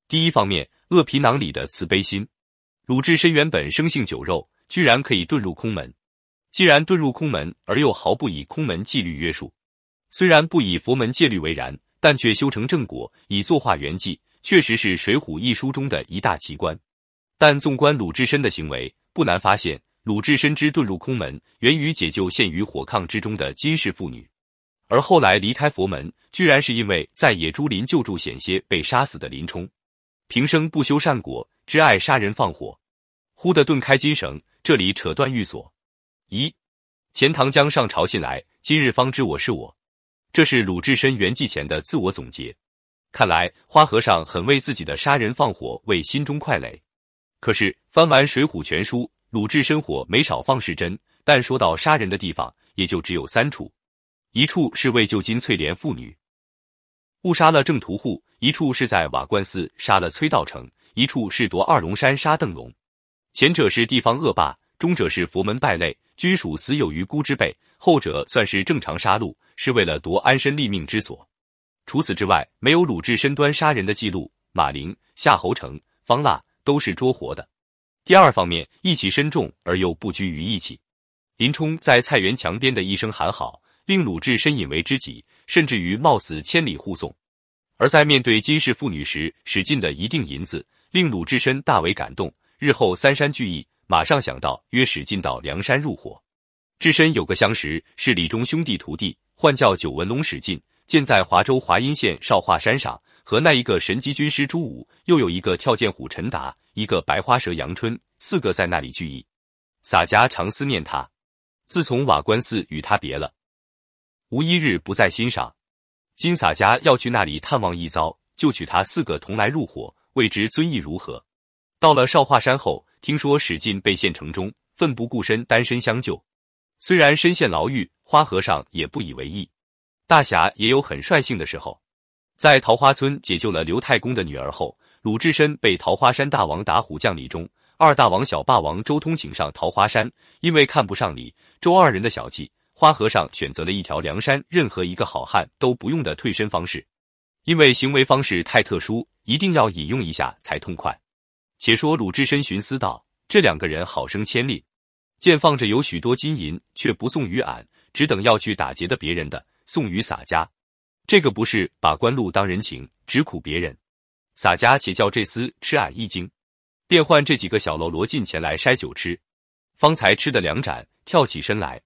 第一方面，恶皮囊里的慈悲心。鲁智深原本生性酒肉，居然可以遁入空门。既然遁入空门，而又毫不以空门纪律约束，虽然不以佛门戒律为然，但却修成正果，以作化圆寂，确实是《水浒》一书中的一大奇观。但纵观鲁智深的行为，不难发现，鲁智深之遁入空门，源于解救陷于火炕之中的金氏妇女，而后来离开佛门，居然是因为在野猪林救助险些被杀死的林冲。平生不修善果，只爱杀人放火，忽地顿开金绳，这里扯断玉锁。1. 钱塘江上朝信来，今日方知我是我。这是鲁智深圆寂前的自我总结。看来花和尚很为自己的杀人放火为心中快累。可是翻完《水浒全书》，鲁智深火没少放是真，但说到杀人的地方，也就只有3处。一处是为救金翠莲妇女，误杀了郑屠户；一处是在瓦官司杀了崔道成；一处是夺二龙山杀邓龙。前者是地方恶霸，中者是佛门败类，均属死有余辜之辈；后者算是正常杀戮，是为了夺安身立命之所。除此之外，没有鲁智深端杀人的记录。马陵、夏侯成、方腊都是捉活的。第二方面，义气深重而又不拘于义气。林冲在蔡元强边的一声喊好，令鲁智深引为知己，甚至于冒死千里护送。而在面对金氏妇女时，使尽的一锭银子，令鲁智深大为感动。日后三山聚义，马上想到约使进到梁山入伙。智深有个相识，是李忠兄弟徒弟，唤叫九纹龙史进，建在华州华阴县少华山上，和那一个神机军师朱武，又有一个跳涧虎陈达，一个白花蛇杨春，4个在那里聚义。洒家常思念他，自从瓦官司与他别了，无一日不在心上。今洒家要去那里探望一遭，就取他4个同来入伙，未知尊意如何。到了少华山后，听说史进被陷城中，奋不顾身单身相救。虽然身陷牢狱，花和尚也不以为意。大侠也有很率性的时候。在桃花村解救了刘太公的女儿后，鲁智深被桃花山大王打虎将李忠、二大王小霸王周通请上桃花山，因为看不上李、周二人的小气，花和尚选择了一条梁山任何一个好汉都不用的退身方式。因为行为方式太特殊，一定要引用一下才痛快。且说鲁智深寻思道，这2个人好生牵令，见放着有许多金银，却不送于俺，只等要去打劫的别人的，送于洒家。这个不是把官路当人情，只苦别人。洒家且叫这厮吃俺一惊，便唤这几个小喽啰进前来筛酒吃。方才吃的2盏，跳起身来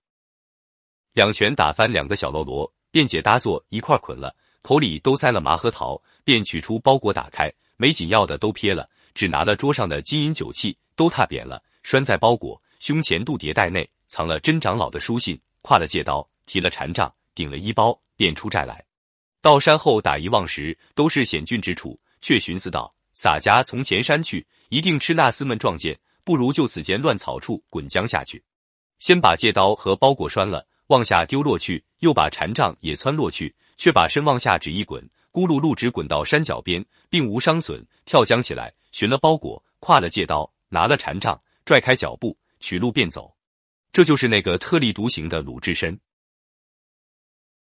，2拳打翻2个小喽啰，便解搭作一块捆了，口里都塞了麻核桃，便取出包裹打开，没紧要的都撇了，只拿了桌上的金银酒器都踏扁了，拴在包裹胸前肚叠带内，藏了真长老的书信，挎了戒刀，提了禅杖，顶了衣包，便出寨来。到山后打一望时，都是险峻之处，却寻思道，洒家从前山去，一定吃那厮们撞见，不如就此间乱草处滚江下去。先把戒刀和包裹拴了，往下丢落去，又把禅杖也窜落去，却把身往下只一滚，咕噜噜直滚到山脚边，并无伤损，跳江起来，寻了包裹，挎了戒刀，拿了禅杖，拽开脚步，取路便走。这就是那个特立独行的鲁智深。